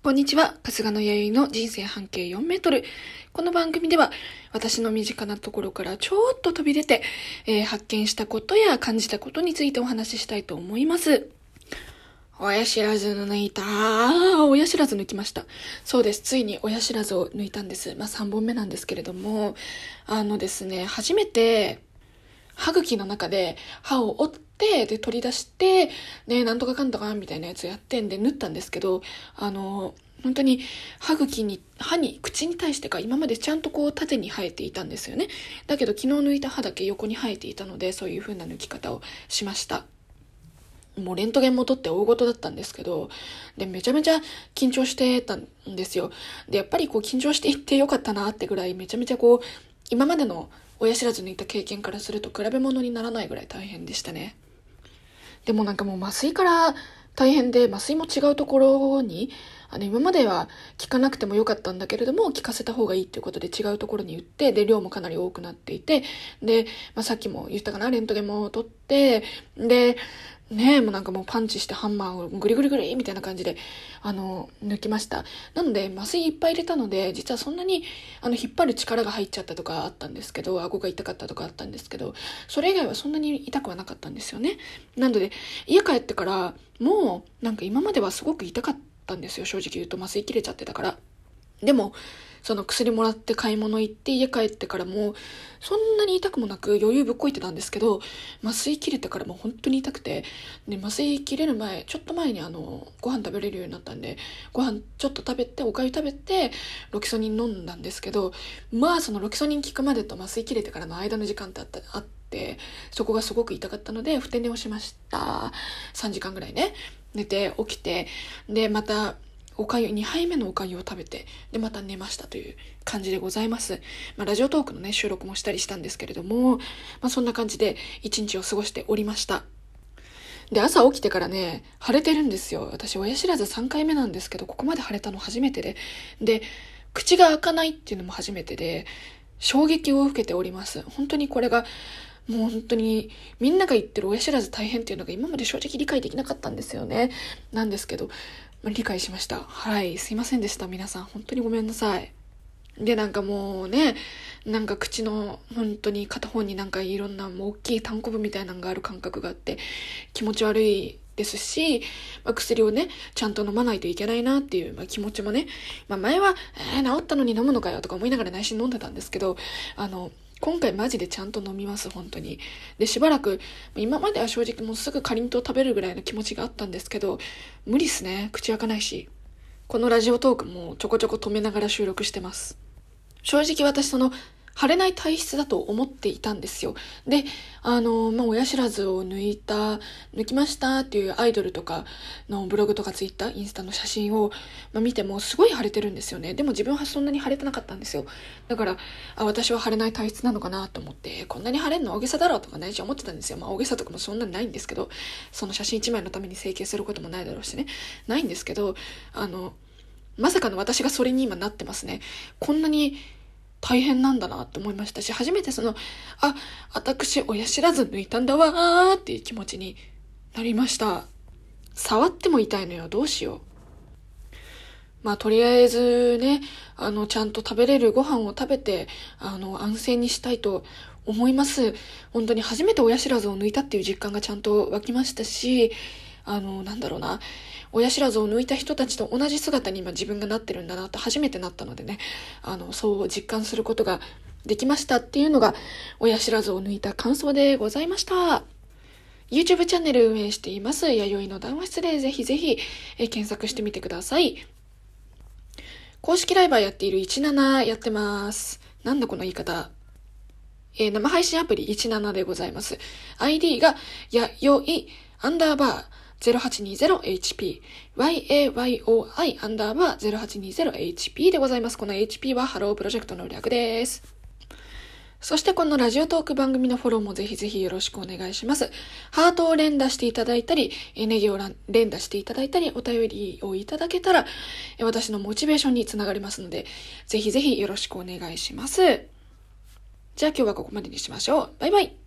こんにちは、春日野弥生の人生半径4メートル。この番組では私の身近なところからちょっと飛び出て、発見したことや感じたことについてお話ししたいと思います。親知らず抜いた。親知らず抜きました。そうです。ついに親知らずを抜いたんです。3本目なんですけれども、ですね、初めて歯茎の中で歯を折って、で、取り出して、ね、なんとかかんとかみたいなやつやってんで縫ったんですけど、本当に口に対してか今までちゃんとこう縦に生えていたんですよね。だけど昨日抜いた歯だけ横に生えていたので、そういう風な抜き方をしました。もうレントゲンも取って大事だったんですけど、で、めちゃめちゃ緊張してたんですよ。で、やっぱりこう緊張していってよかったなってぐらいめちゃめちゃこう、今までの親知らず抜いた経験からすると比べ物にならないぐらい大変でしたね。でもなんかもう麻酔から大変で、麻酔も違うところに、今までは効かなくてもよかったんだけれども、効かせた方がいいっていうことで違うところに打って、で、量もかなり多くなっていて、で、さっきも言ったかな、レントゲンも取って、で、ねえ、もうなんかもうパンチしてハンマーをグリグリグリみたいな感じで、抜きました。なので、麻酔いっぱい入れたので、実はそんなに、引っ張る力が入っちゃったとかあったんですけど、顎が痛かったとかあったんですけど、それ以外はそんなに痛くはなかったんですよね。なので、家帰ってから、もう、なんか今まではすごく痛かったんですよ、正直言うと。麻酔切れちゃってたから。でも、その薬もらって買い物行って家帰ってからもそんなに痛くもなく余裕ぶっこいてたんですけど、麻酔切れてからも本当に痛くて、で、麻酔切れる前、ちょっと前にご飯食べれるようになったんで、ご飯ちょっと食べて、お粥食べて、ロキソニン飲んだんですけど、そのロキソニン効くまでと麻酔切れてからの間の時間ってあって、そこがすごく痛かったので、ふて寝をしました。3時間ぐらいね。寝て、起きて、で、また、2杯目のお粥を食べて、で、また寝ましたという感じでございます。ラジオトークのね、収録もしたりしたんですけれども、そんな感じで一日を過ごしておりました。で、朝起きてからね、腫れてるんですよ。私、親知らず3回目なんですけど、ここまで腫れたの初めてで、で、口が開かないっていうのも初めてで、衝撃を受けております。本当にこれが、もう本当にみんなが言ってる親知らず大変っていうのが今まで正直理解できなかったんですよね。なんですけど、理解しました。はい。すいませんでした。皆さん。本当にごめんなさい。で、なんかもうね、なんか口の本当に片方になんかいろんなもう大きいタンコブみたいなのがある感覚があって気持ち悪いですし、薬をね、ちゃんと飲まないといけないなっていう、気持ちもね、前は、治ったのに飲むのかよとか思いながら内心飲んでたんですけど、今回マジでちゃんと飲みます、本当に。で、しばらく、今までは正直もうすぐかりんとう食べるぐらいの気持ちがあったんですけど、無理っすね。口開かないし。このラジオトークもちょこちょこ止めながら収録してます。正直私腫れない体質だと思っていたんですよ。で、親知らずを抜きましたっていうアイドルとかのブログとかツイッター、インスタの写真を、見てもすごい腫れてるんですよね。でも自分はそんなに腫れてなかったんですよ。だから、私は腫れない体質なのかなと思って、こんなに腫れんの大げさだろうとかね、思ってたんですよ。大げさとかもそんなにないんですけど、その写真一枚のために整形することもないだろうしね。ないんですけど、まさかの私がそれに今なってますね。こんなに大変なんだなって思いましたし、初めて私親知らず抜いたんだわーっていう気持ちになりました。触っても痛いのよ、どうしよう。とりあえずね、ちゃんと食べれるご飯を食べて、安静にしたいと思います。本当に初めて親知らずを抜いたっていう実感がちゃんと湧きましたし、親知らずを抜いた人たちと同じ姿に今自分がなってるんだなって初めてなったのでね、そう実感することができましたっていうのが、親知らずを抜いた感想でございました。YouTube チャンネル運営しています、弥生の談話室でぜひぜひ、検索してみてください。公式ライバーやっている17やってます。なんだこの言い方。生配信アプリ17でございます。ID がやよい0820HP YAYOI_0820HP でございます。この HP はハロープロジェクトの略です。そしてこのラジオトーク番組のフォローもぜひぜひよろしくお願いします。ハートを連打していただいたり、ネギを連打していただいたり、お便りをいただけたら、私のモチベーションにつながりますので、ぜひぜひよろしくお願いします。じゃあ今日はここまでにしましょう。バイバイ。